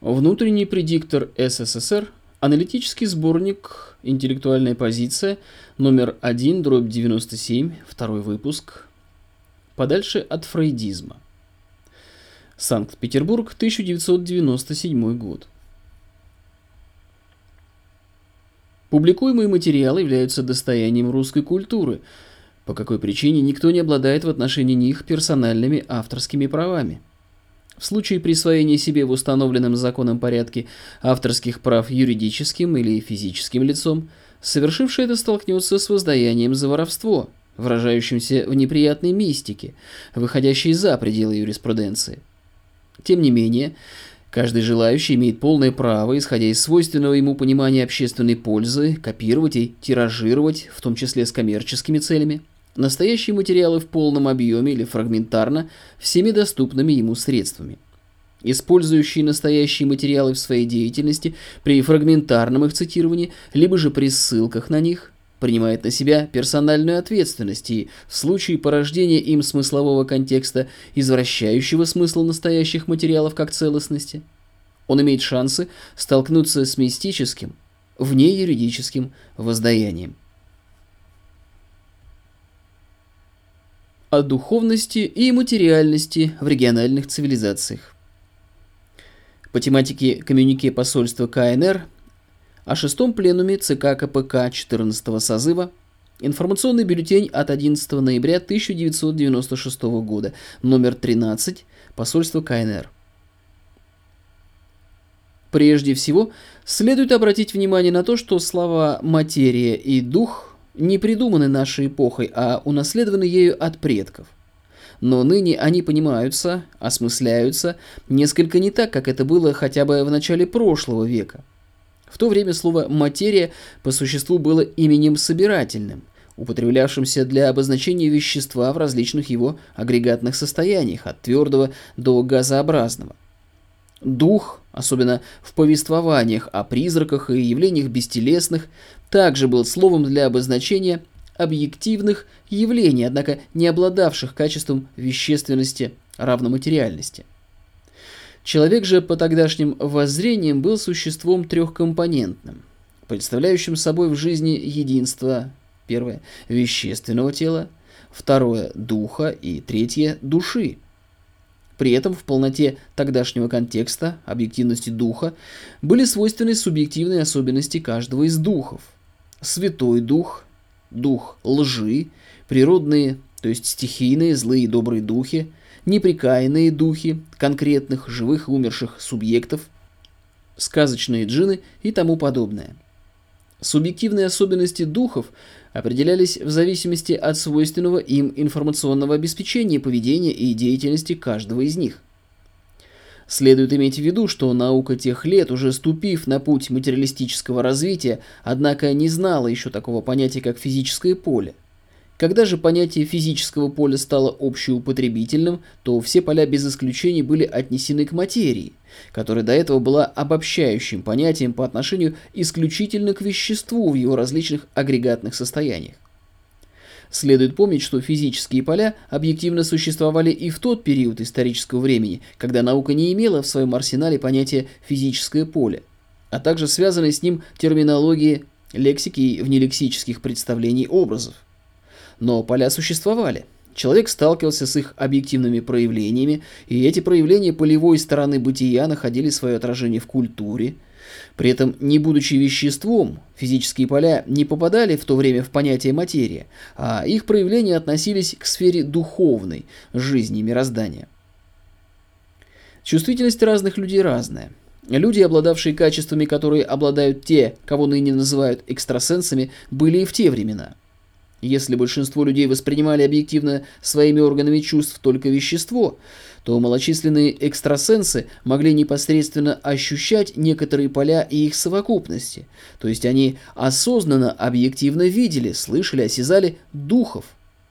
Внутренний предиктор СССР. Аналитический сборник «Интеллектуальная позиция», номер 1/97, второй выпуск. Подальше от фрейдизма. Санкт-Петербург, 1997 год. Публикуемые материалы являются достоянием русской культуры, по какой причине никто не обладает в отношении них персональными авторскими правами. В случае присвоения себе в установленном законом порядке авторских прав юридическим или физическим лицом, совершивший это столкнется с воздаянием за воровство, выражающимся в неприятной мистике, выходящей за пределы юриспруденции. Тем не менее, каждый желающий имеет полное право, исходя из свойственного ему понимания общественной пользы, копировать и тиражировать, в том числе с коммерческими целями, настоящие материалы в полном объеме или фрагментарно всеми доступными ему средствами. Использующие настоящие материалы в своей деятельности при фрагментарном их цитировании, либо же при ссылках на них, принимает на себя персональную ответственность и, в случае порождения им смыслового контекста, извращающего смысл настоящих материалов как целостности, он имеет шансы столкнуться с мистическим, внеюридическим воздаянием. О духовности и материальности в региональных цивилизациях. По тематике коммюнике посольства КНР о шестом пленуме ЦК КПК 14-го созыва, информационный бюллетень от 11 ноября 1996 года, номер 13, посольство КНР. Прежде всего, следует обратить внимание на то, что слова «материя» и «дух» не придуманы нашей эпохой, а унаследованы ею от предков. Но ныне они понимаются, осмысляются несколько не так, как это было хотя бы в начале прошлого века. В то время слово «материя» по существу было именем собирательным, употреблявшимся для обозначения вещества в различных его агрегатных состояниях, от твердого до газообразного. Дух, особенно в повествованиях о призраках и явлениях бестелесных, также был словом для обозначения объективных явлений, однако не обладавших качеством вещественности равно материальности. Человек же по тогдашним воззрениям был существом трехкомпонентным, представляющим собой в жизни единство, первое, вещественного тела, второе, духа и третье, души. При этом в полноте тогдашнего контекста, объективности духа, были свойственны субъективные особенности каждого из духов. Святой дух, дух лжи, природные, то есть стихийные, злые и добрые духи, непрекаянные духи конкретных живых и умерших субъектов, сказочные джинны и тому подобное. Субъективные особенности духов определялись в зависимости от свойственного им информационного обеспечения поведения и деятельности каждого из них. Следует иметь в виду, что наука тех лет, уже ступив на путь материалистического развития, однако не знала еще такого понятия, как физическое поле. Когда же понятие физического поля стало общеупотребительным, то все поля без исключения были отнесены к материи, которая до этого была обобщающим понятием по отношению исключительно к веществу в его различных агрегатных состояниях. Следует помнить, что физические поля объективно существовали и в тот период исторического времени, когда наука не имела в своем арсенале понятия «физическое поле», а также связанной с ним терминологии, лексики и внелексических представлений образов. Но поля существовали. Человек сталкивался с их объективными проявлениями, и эти проявления полевой стороны бытия находили свое отражение в культуре. При этом, не будучи веществом, физические поля не попадали в то время в понятие материя, а их проявления относились к сфере духовной жизни мироздания. Чувствительность разных людей разная. Люди, обладавшие качествами, которые обладают те, кого ныне называют экстрасенсами, были и в те времена. Если большинство людей воспринимали объективно своими органами чувств только вещество, то малочисленные экстрасенсы могли непосредственно ощущать некоторые поля и их совокупности, то есть они осознанно объективно видели, слышали, осязали духов.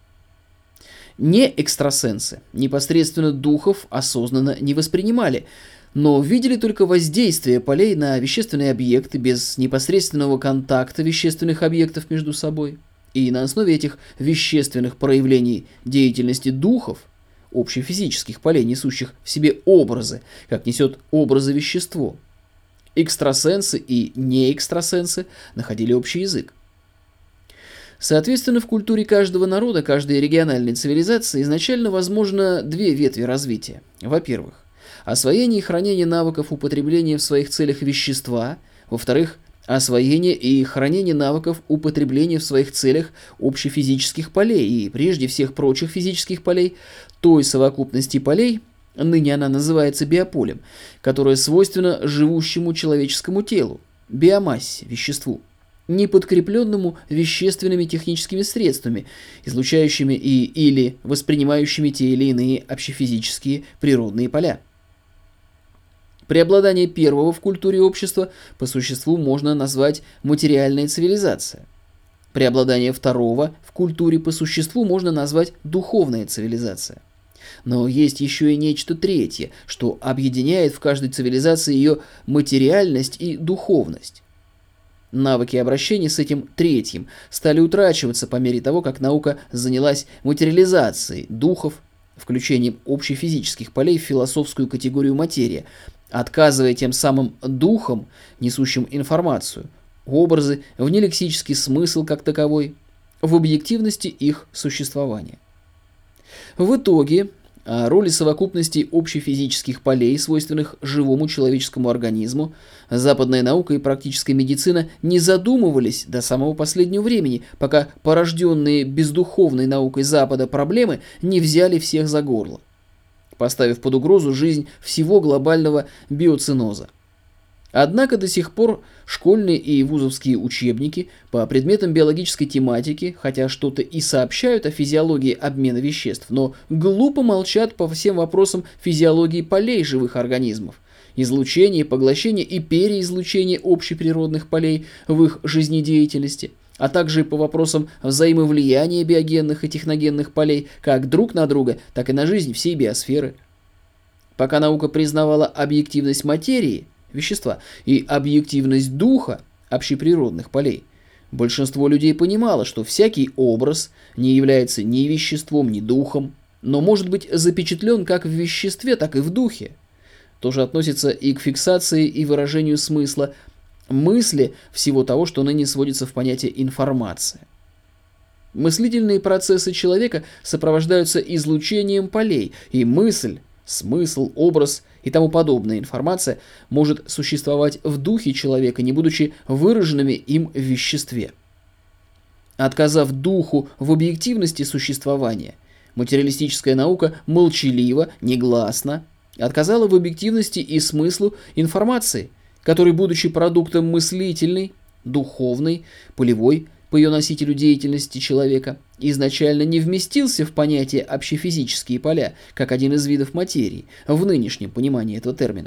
Не экстрасенсы непосредственно духов осознанно не воспринимали, но видели только воздействие полей на вещественные объекты без непосредственного контакта вещественных объектов между собой. И на основе этих вещественных проявлений деятельности духов общефизических полей, несущих в себе образы, как несет образы вещество. Экстрасенсы и неэкстрасенсы находили общий язык. Соответственно, в культуре каждого народа, каждой региональной цивилизации изначально возможно две ветви развития. Во-первых, освоение и хранение навыков употребления в своих целях вещества. Во-вторых, освоение и хранение навыков употребления в своих целях общефизических полей и, прежде всех прочих физических полей, той совокупности полей, ныне она называется биополем, которая свойственна живущему человеческому телу, биомассе, веществу, не подкрепленному вещественными техническими средствами, излучающими или воспринимающими те или иные общефизические природные поля. Преобладание первого в культуре общества по существу можно назвать материальная цивилизация. Преобладание второго в культуре по существу можно назвать духовная цивилизация. Но есть еще и нечто третье, что объединяет в каждой цивилизации ее материальность и духовность. Навыки обращения с этим третьим стали утрачиваться по мере того, как наука занялась материализацией духов, включением общефизических полей в философскую категорию материя, отказывая тем самым духам, несущим информацию, образы, в нелексический смысл как таковой, в объективности их существования. В итоге о роли совокупности общефизических полей, свойственных живому человеческому организму, западная наука и практическая медицина не задумывались до самого последнего времени, пока порожденные бездуховной наукой Запада проблемы не взяли всех за горло, поставив под угрозу жизнь всего глобального биоценоза. Однако до сих пор школьные и вузовские учебники по предметам биологической тематики, хотя что-то и сообщают о физиологии обмена веществ, но глупо молчат по всем вопросам физиологии полей живых организмов, излучения, поглощения и переизлучения общеприродных полей в их жизнедеятельности, а также по вопросам взаимовлияния биогенных и техногенных полей как друг на друга, так и на жизнь всей биосферы. Пока наука признавала объективность материи, вещества, и объективность духа, общеприродных полей, большинство людей понимало, что всякий образ не является ни веществом, ни духом, но может быть запечатлен как в веществе, так и в духе. Тоже относится и к фиксации и выражению смысла мысли всего того, что ныне сводится в понятие информация. Мыслительные процессы человека сопровождаются излучением полей, и мысль, смысл, образ и тому подобная информация может существовать в духе человека, не будучи выраженными им в веществе. Отказав духу в объективности существования, материалистическая наука молчаливо, негласно отказала в объективности и смыслу информации, который, будучи продуктом мыслительной, духовной, полевой, по ее носителю деятельности человека, изначально не вместился в понятие общефизические поля, как один из видов материи, в нынешнем понимании этого термина.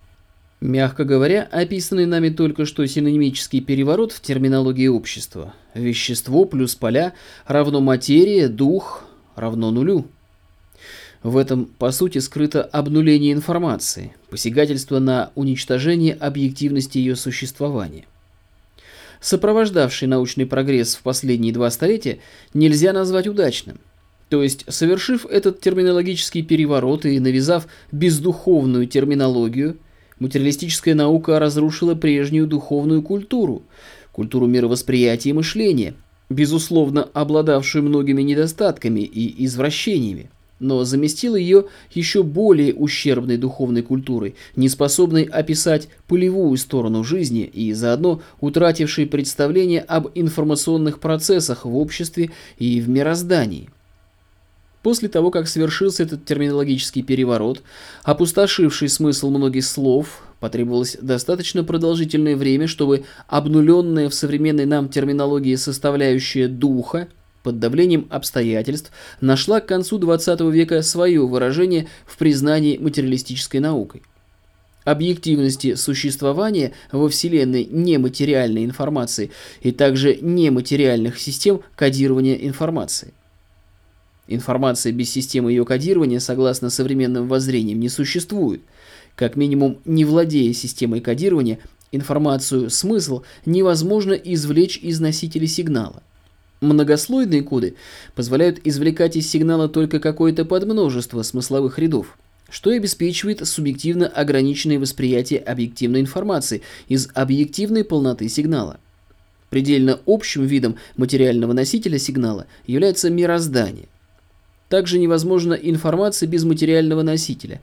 Мягко говоря, описанный нами только что синонимический переворот в терминологии общества. Вещество плюс поля равно материя, дух равно нулю. В этом, по сути, скрыто обнуление информации, посягательство на уничтожение объективности ее существования. Сопровождавший научный прогресс в последние 2 столетия нельзя назвать удачным. То есть, совершив этот терминологический переворот и навязав бездуховную терминологию, материалистическая наука разрушила прежнюю духовную культуру, культуру мировосприятия и мышления, безусловно обладавшую многими недостатками и извращениями, но заместила ее еще более ущербной духовной культурой, неспособной описать полевую сторону жизни и заодно утратившей представление об информационных процессах в обществе и в мироздании. После того, как совершился этот терминологический переворот, опустошивший смысл многих слов, потребовалось достаточно продолжительное время, чтобы обнуленная в современной нам терминологии составляющая духа под давлением обстоятельств нашла к концу XX века свое выражение в признании материалистической наукой. Объективности существования во Вселенной нематериальной информации и также нематериальных систем кодирования информации. Информация без системы ее кодирования, согласно современным воззрениям, не существует. Как минимум, не владея системой кодирования, информацию смысл невозможно извлечь из носителя сигнала. Многослойные коды позволяют извлекать из сигнала только какое-то подмножество смысловых рядов, что обеспечивает субъективно ограниченное восприятие объективной информации из объективной полноты сигнала. Предельно общим видом материального носителя сигнала является мироздание. Также невозможна информация без материального носителя.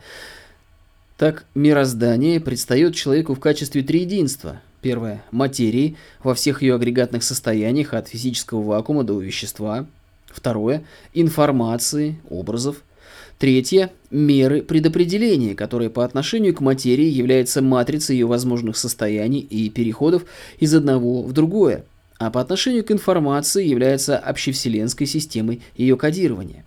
Так, мироздание предстает человеку в качестве триединства. Первое – материи во всех ее агрегатных состояниях, от физического вакуума до вещества. Второе – информации, образов. Третье – меры предопределения, которые по отношению к материи являются матрицей ее возможных состояний и переходов из одного в другое, а по отношению к информации является общевселенской системой ее кодирования.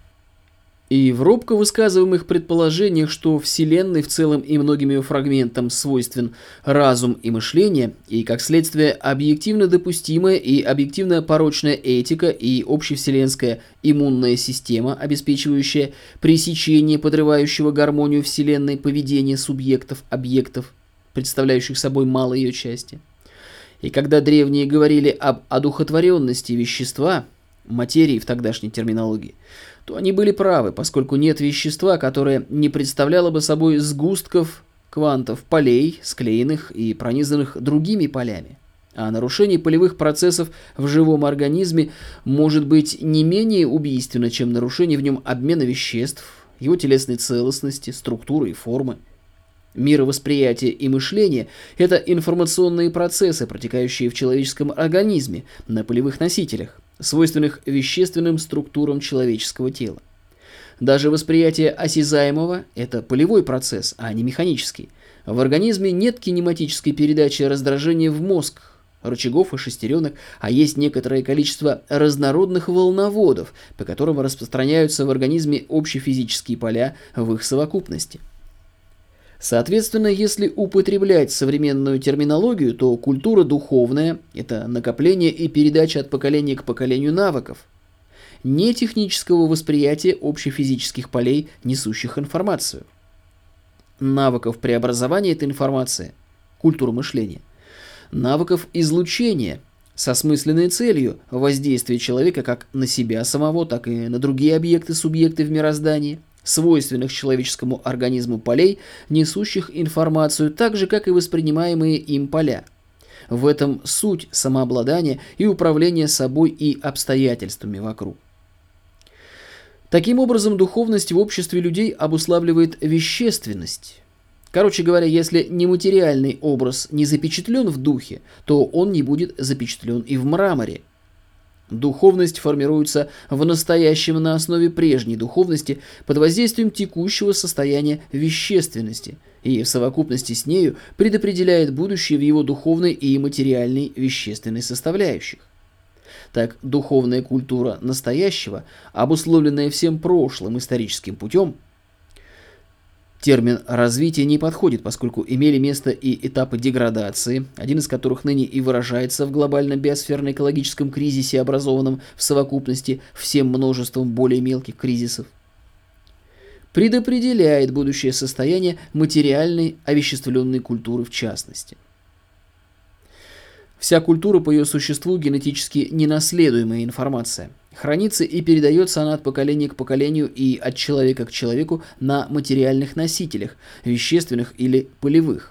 И в робко высказываемых предположениях, что Вселенной в целом и многим ее фрагментам свойствен разум и мышление, и как следствие объективно допустимая и объективно порочная этика и общевселенская иммунная система, обеспечивающая пресечение подрывающего гармонию Вселенной поведения субъектов, объектов, представляющих собой малые ее части. И когда древние говорили об одухотворенности вещества, материи в тогдашней терминологии, то они были правы, поскольку нет вещества, которое не представляло бы собой сгустков квантов полей, склеенных и пронизанных другими полями. А нарушение полевых процессов в живом организме может быть не менее убийственно, чем нарушение в нем обмена веществ, его телесной целостности, структуры и формы. Мировосприятие и мышление – это информационные процессы, протекающие в человеческом организме на полевых носителях, свойственных вещественным структурам человеческого тела. Даже восприятие осязаемого – это полевой процесс, а не механический. В организме нет кинематической передачи раздражения в мозг, рычагов и шестеренок, а есть некоторое количество разнородных волноводов, по которым распространяются в организме общефизические поля в их совокупности. Соответственно, если употреблять современную терминологию, то культура духовная – это накопление и передача от поколения к поколению навыков, не технического восприятия общефизических полей, несущих информацию. Навыков преобразования этой информации – культура мышления. Навыков излучения с осмысленной целью воздействия человека как на себя самого, так и на другие объекты-субъекты в мироздании, свойственных человеческому организму полей, несущих информацию так же, как и воспринимаемые им поля. В этом суть самообладания и управления собой и обстоятельствами вокруг. Таким образом, духовность в обществе людей обуславливает вещественность. Короче говоря, если нематериальный образ не запечатлен в духе, то он не будет запечатлен и в мраморе. Духовность формируется в настоящем на основе прежней духовности под воздействием текущего состояния вещественности и в совокупности с нею предопределяет будущее в его духовной и материальной вещественной составляющих. Так, духовная культура настоящего, обусловленная всем прошлым историческим путем, термин «развитие» не подходит, поскольку имели место и этапы деградации, один из которых ныне и выражается в глобальном биосферно-экологическом кризисе, образованном в совокупности всем множеством более мелких кризисов, предопределяет будущее состояние материальной овеществленной культуры в частности. Вся культура по ее существу генетически ненаследуемая информация. Хранится и передается она от поколения к поколению и от человека к человеку на материальных носителях, вещественных или полевых.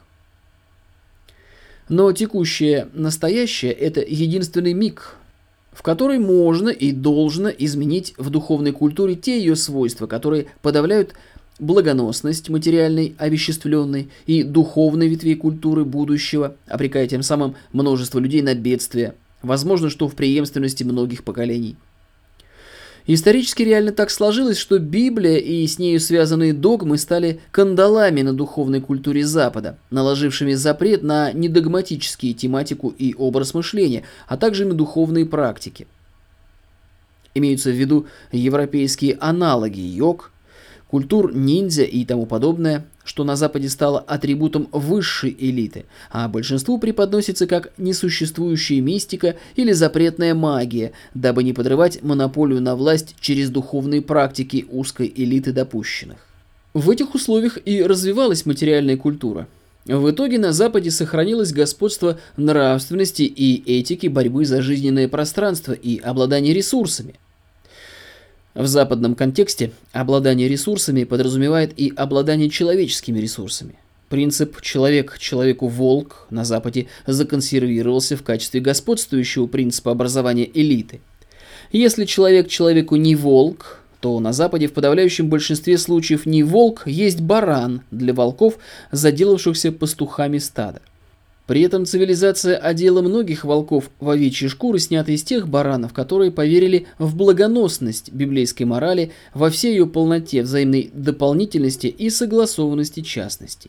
Но текущее настоящее – это единственный миг, в который можно и должно изменить в духовной культуре те ее свойства, которые подавляют благоносность материальной, овеществленной и духовной ветвей культуры будущего, обрекая тем самым множество людей на бедствия, возможно, что в преемственности многих поколений. Исторически реально так сложилось, что Библия и с нею связанные догмы стали кандалами на духовной культуре Запада, наложившими запрет на недогматические тематику и образ мышления, а также на духовные практики. Имеются в виду европейские аналоги йог, культур ниндзя и тому подобное, что на Западе стало атрибутом высшей элиты, а большинству преподносится как несуществующая мистика или запретная магия, дабы не подрывать монополию на власть через духовные практики узкой элиты допущенных. В этих условиях и развивалась материальная культура. В итоге на Западе сохранилось господство нравственности и этики борьбы за жизненное пространство и обладание ресурсами. В западном контексте обладание ресурсами подразумевает и обладание человеческими ресурсами. Принцип «человек человеку волк» на Западе законсервировался в качестве господствующего принципа образования элиты. Если человек человеку не волк, то на Западе в подавляющем большинстве случаев не волк есть баран для волков, заделавшихся пастухами стада. При этом цивилизация одела многих волков в овечьи шкуры, снятые из тех баранов, которые поверили в благоносность библейской морали во всей ее полноте, взаимной дополнительности и согласованности частностей.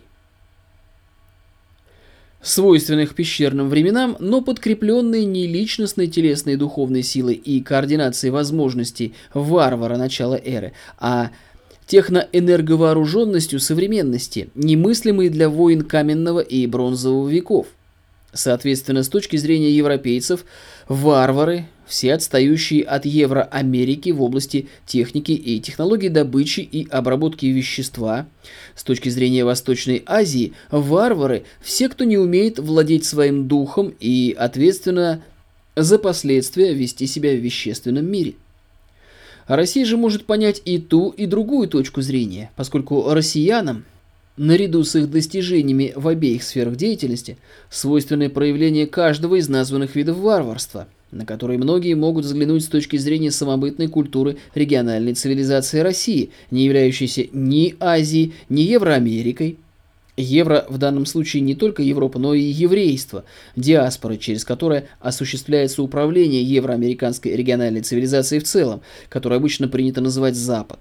Свойственных пещерным временам, но подкрепленные не личностной телесной и духовной силой и координацией возможностей варвара начала эры, а техноэнерговооруженностью современности, немыслимой для войн каменного и бронзового веков. Соответственно, с точки зрения европейцев, варвары, все отстающие от Евроамерики в области техники и технологий добычи и обработки вещества. С точки зрения Восточной Азии, варвары, все, кто не умеет владеть своим духом и ответственно за последствия вести себя в вещественном мире. Россия же может понять и ту, и другую точку зрения, поскольку россиянам, наряду с их достижениями в обеих сферах деятельности, свойственны проявления каждого из названных видов варварства, на которые многие могут взглянуть с точки зрения самобытной культуры региональной цивилизации России, не являющейся ни Азией, ни Евроамерикой. Евро в данном случае не только Европа, но и еврейство, диаспора, через которое осуществляется управление евроамериканской региональной цивилизацией в целом, которую обычно принято называть Запад.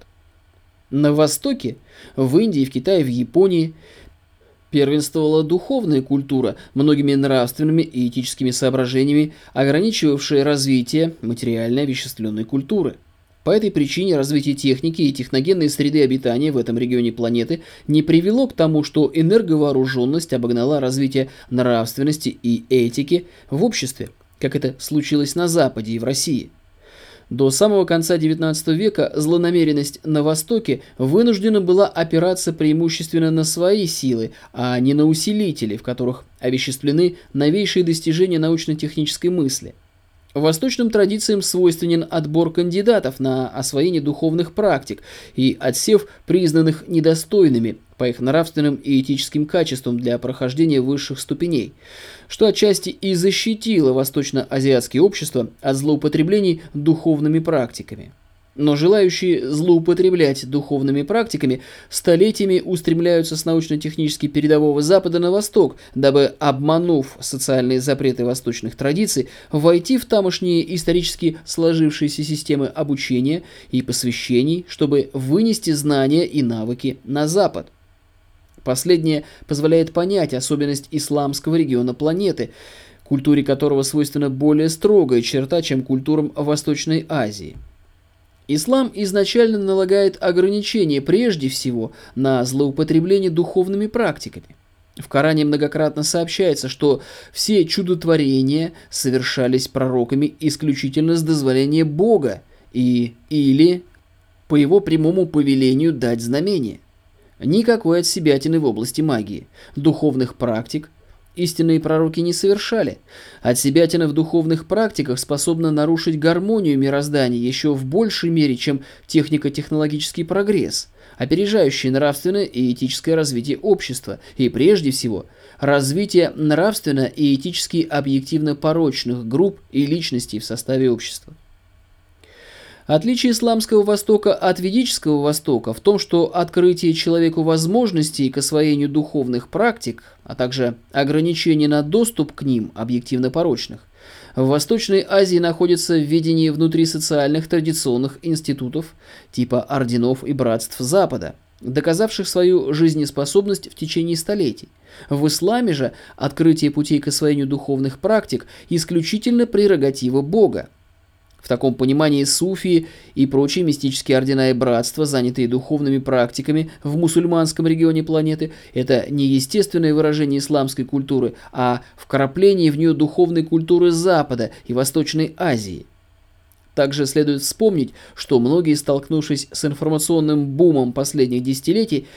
На Востоке, в Индии, в Китае, в Японии первенствовала духовная культура, многими нравственными и этическими соображениями, ограничивавшая развитие материальной овеществленной культуры. По этой причине развитие техники и техногенной среды обитания в этом регионе планеты не привело к тому, что энерговооруженность обогнала развитие нравственности и этики в обществе, как это случилось на Западе и в России. До самого конца XIX века злонамеренность на Востоке вынуждена была опираться преимущественно на свои силы, а не на усилители, в которых овеществлены новейшие достижения научно-технической мысли. Восточным традициям свойственен отбор кандидатов на освоение духовных практик и отсев признанных недостойными по их нравственным и этическим качествам для прохождения высших ступеней, что отчасти и защитило восточно-азиатские общества от злоупотреблений духовными практиками. Но желающие злоупотреблять духовными практиками столетиями устремляются с научно-технически передового Запада на Восток, дабы, обманув социальные запреты восточных традиций, войти в тамошние исторически сложившиеся системы обучения и посвящений, чтобы вынести знания и навыки на Запад. Последнее позволяет понять особенность исламского региона планеты, культуре которого свойственна более строгая черта, чем культурам Восточной Азии. Ислам изначально налагает ограничения прежде всего на злоупотребление духовными практиками. В Коране многократно сообщается, что все чудотворения совершались пророками исключительно с дозволения Бога или по его прямому повелению дать знамение. Никакой отсебятины в области магии, духовных практик истинные пророки не совершали. Отсебятина в духовных практиках способна нарушить гармонию мироздания еще в большей мере, чем технико-технологический прогресс, опережающий нравственное и этическое развитие общества, и прежде всего развитие нравственно и этически объективно порочных групп и личностей в составе общества. Отличие исламского Востока от ведического Востока в том, что открытие человеку возможностей к освоению духовных практик, а также ограничение на доступ к ним объективно порочных, в Восточной Азии находится в ведении внутрисоциальных традиционных институтов типа орденов и братств Запада, доказавших свою жизнеспособность в течение столетий. В исламе же открытие путей к освоению духовных практик исключительно прерогатива Бога. В таком понимании суфии и прочие мистические ордена и братства, занятые духовными практиками в мусульманском регионе планеты, это не естественное выражение исламской культуры, а вкрапление в нее духовной культуры Запада и Восточной Азии. Также следует вспомнить, что многие, столкнувшись с информационным бумом последних десятилетий,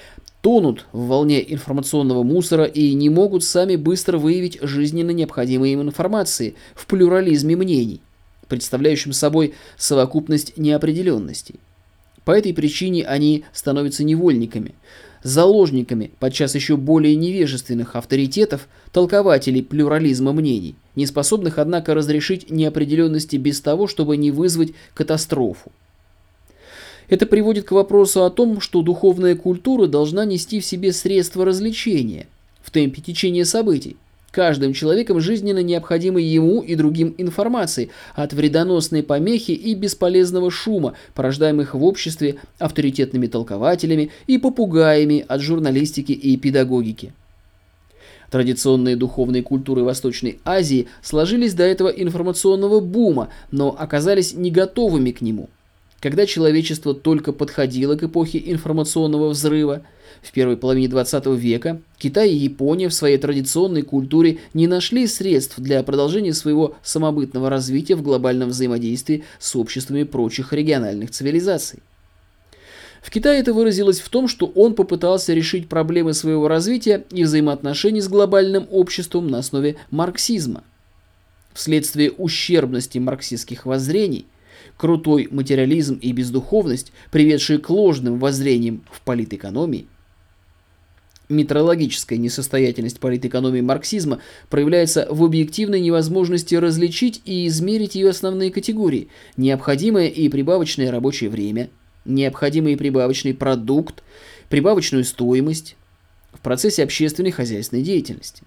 тонут в волне информационного мусора и не могут сами быстро выявить жизненно необходимые им информации в плюрализме мнений, представляющем собой совокупность неопределенностей. По этой причине они становятся невольниками, заложниками подчас еще более невежественных авторитетов, толкователей плюрализма мнений, не способных, однако, разрешить неопределенности без того, чтобы не вызвать катастрофу. Это приводит к вопросу о том, что духовная культура должна нести в себе средства развлечения в темпе течения событий, каждым человеком жизненно необходимой ему и другим информации от вредоносной помехи и бесполезного шума, порождаемых в обществе авторитетными толкователями и попугаями от журналистики и педагогики. Традиционные духовные культуры Восточной Азии сложились до этого информационного бума, но оказались не готовыми к нему. Когда человечество только подходило к эпохе информационного взрыва, в первой половине XX века Китай и Япония в своей традиционной культуре не нашли средств для продолжения своего самобытного развития в глобальном взаимодействии с обществами прочих региональных цивилизаций. В Китае это выразилось в том, что он попытался решить проблемы своего развития и взаимоотношений с глобальным обществом на основе марксизма. Вследствие ущербности марксистских воззрений, крутой материализм и бездуховность, приведшие к ложным воззрениям в политэкономии, метрологическая несостоятельность политэкономии марксизма проявляется в объективной невозможности различить и измерить ее основные категории: необходимое и прибавочное рабочее время, необходимый и прибавочный продукт, прибавочную стоимость в процессе общественной хозяйственной деятельности.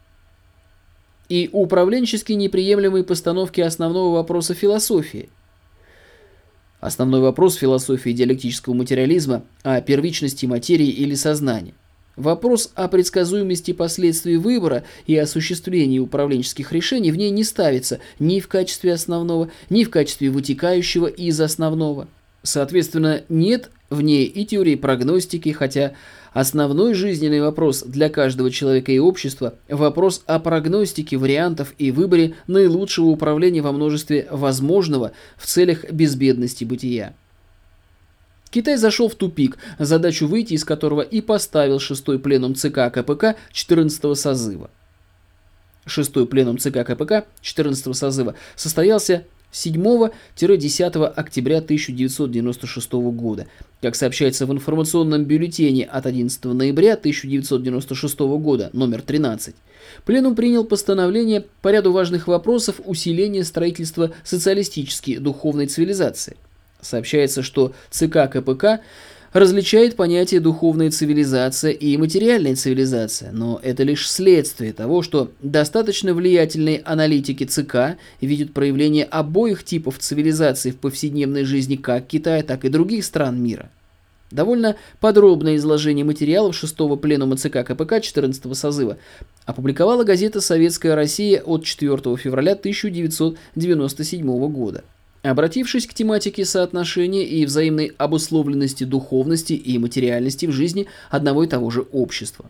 И управленчески неприемлемой постановки основного вопроса философии. Основной вопрос философии диалектического материализма о первичности материи или сознания. Вопрос о предсказуемости последствий выбора и осуществлении управленческих решений в ней не ставится ни в качестве основного, ни в качестве вытекающего из основного. Соответственно, нет в ней и теории прогностики, хотя основной жизненный вопрос для каждого человека и общества – вопрос о прогностике вариантов и выборе наилучшего управления во множестве возможного в целях безбедности бытия. Китай зашел в тупик, задачу выйти из которого и поставил 6-й пленум ЦК КПК 14-го созыва. 6-й пленум ЦК КПК 14-го созыва состоялся 7-10 октября 1996 года. Как сообщается в информационном бюллетене от 11 ноября 1996 года, номер 13, Пленум принял постановление по ряду важных вопросов усиления строительства социалистической духовной цивилизации. Сообщается, что ЦК КПК различает понятия духовная цивилизация и материальная цивилизация, но это лишь следствие того, что достаточно влиятельные аналитики ЦК видят проявление обоих типов цивилизации в повседневной жизни как Китая, так и других стран мира. Довольно подробное изложение материалов 6-го пленума ЦК КПК 14-го созыва опубликовала газета «Советская Россия» от 4 февраля 1997 года. Обратившись к тематике соотношения и взаимной обусловленности духовности и материальности в жизни одного и того же общества.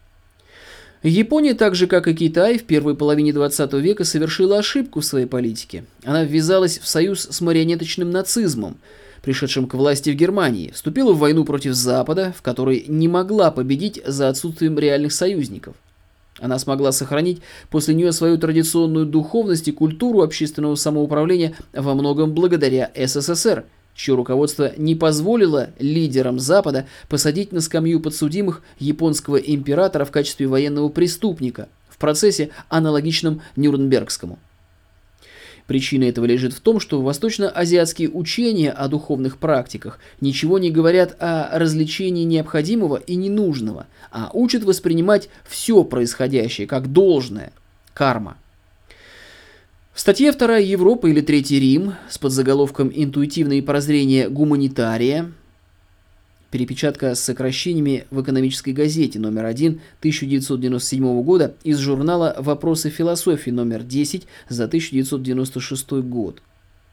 Япония, так же как и Китай, в первой половине 20 века совершила ошибку в своей политике. Она ввязалась в союз с марионеточным нацизмом, пришедшим к власти в Германии, вступила в войну против Запада, в которой не могла победить за отсутствием реальных союзников. Она смогла сохранить после нее свою традиционную духовность и культуру общественного самоуправления во многом благодаря СССР, чье руководство не позволило лидерам Запада посадить на скамью подсудимых японского императора в качестве военного преступника в процессе, аналогичном Нюрнбергскому. Причина этого лежит в том, что восточноазиатские учения о духовных практиках ничего не говорят о развлечении необходимого и ненужного, а учат воспринимать все происходящее как должное – карма. В статье «Вторая Европа» или «Третий Рим» с подзаголовком «Интуитивные прозрения гуманитария», перепечатка с сокращениями в экономической газете номер 1 1997 года из журнала «Вопросы философии» номер 10 за 1996 год.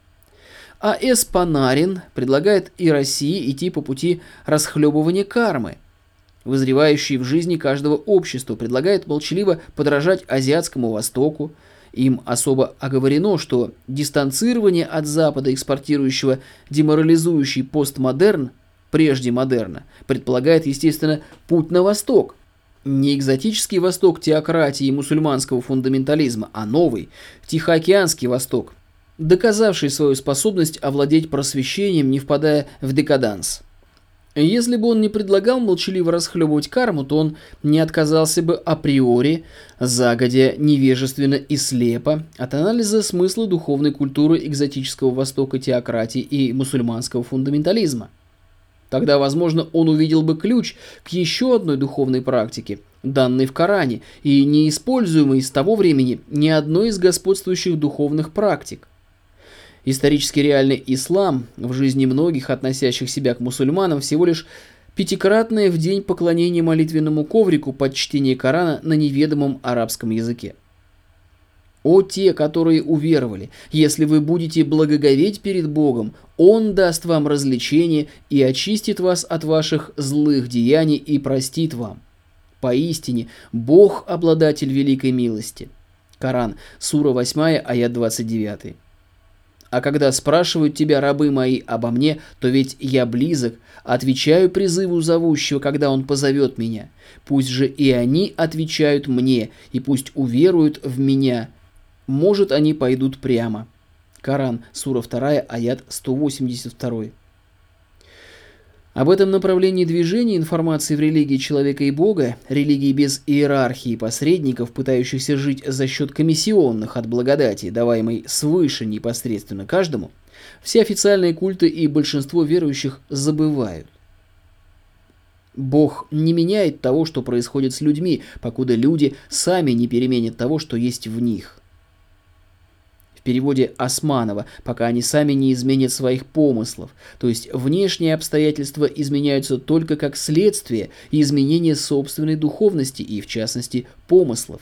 А.С. Панарин предлагает и России идти по пути расхлебывания кармы, вызревающей в жизни каждого общества, предлагает молчаливо подражать Азиатскому Востоку. Им особо оговорено, что дистанцирование от Запада, экспортирующего деморализующий постмодерн, прежде модерна, предполагает, естественно, путь на восток. Не экзотический восток теократии и мусульманского фундаментализма, а новый, Тихоокеанский восток, доказавший свою способность овладеть просвещением, не впадая в декаданс. Если бы он не предлагал молчаливо расхлебывать карму, то он не отказался бы априори, загодя, невежественно и слепо от анализа смысла духовной культуры экзотического востока теократии и мусульманского фундаментализма. Тогда, возможно, он увидел бы ключ к еще одной духовной практике, данной в Коране и неиспользуемой с того времени ни одной из господствующих духовных практик. Исторически реальный ислам в жизни многих, относящих себя к мусульманам, всего лишь пятикратное в день поклонение молитвенному коврику под чтение Корана на неведомом арабском языке. «О те, которые уверовали, если вы будете благоговеть перед Богом, Он даст вам развлечение и очистит вас от ваших злых деяний и простит вам. Поистине, Бог обладатель великой милости». Коран, сура 8, аят 29. «А когда спрашивают тебя, рабы мои, обо мне, то ведь я близок, отвечаю призыву зовущего, когда он позовет меня. Пусть же и они отвечают мне, и пусть уверуют в меня. Может, они пойдут прямо». Коран, сура 2, аят 182. Об этом направлении движения информации в религии человека и Бога, религии без иерархии посредников, пытающихся жить за счет комиссионных от благодати, даваемой свыше непосредственно каждому, все официальные культы и большинство верующих забывают. Бог не меняет того, что происходит с людьми, покуда люди сами не переменят того, что есть в них. В переводе Османова, пока они сами не изменят своих помыслов, то есть внешние обстоятельства изменяются только как следствие изменения собственной духовности и, в частности, помыслов.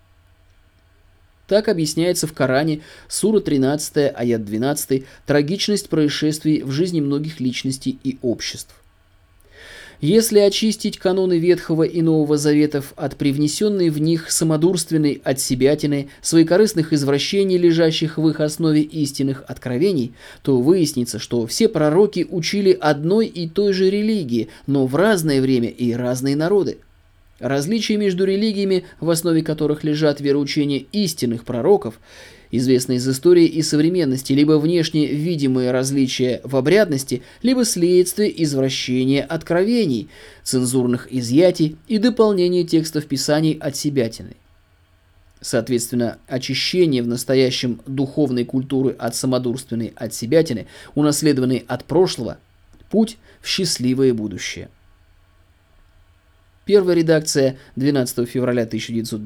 Так объясняется в Коране, сура 13, аят 12, трагичность происшествий в жизни многих личностей и обществ. Если очистить каноны Ветхого и Нового Заветов от привнесенной в них самодурственной отсебятины, своекорыстных извращений, лежащих в их основе истинных откровений, то выяснится, что все пророки учили одной и той же религии, но в разное время и разные народы. Различия между религиями, в основе которых лежат вероучения истинных пророков, известны из истории и современности, либо внешне видимые различия в обрядности, либо следствие извращения откровений, цензурных изъятий и дополнения текстов Писаний отсебятиной. Соответственно, очищение в настоящем духовной культуры от самодурственной отсебятины, унаследованной от прошлого, путь в счастливое будущее. Первая редакция 12 февраля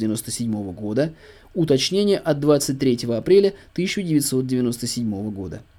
1997 года, уточнение от 23 апреля 1997 года.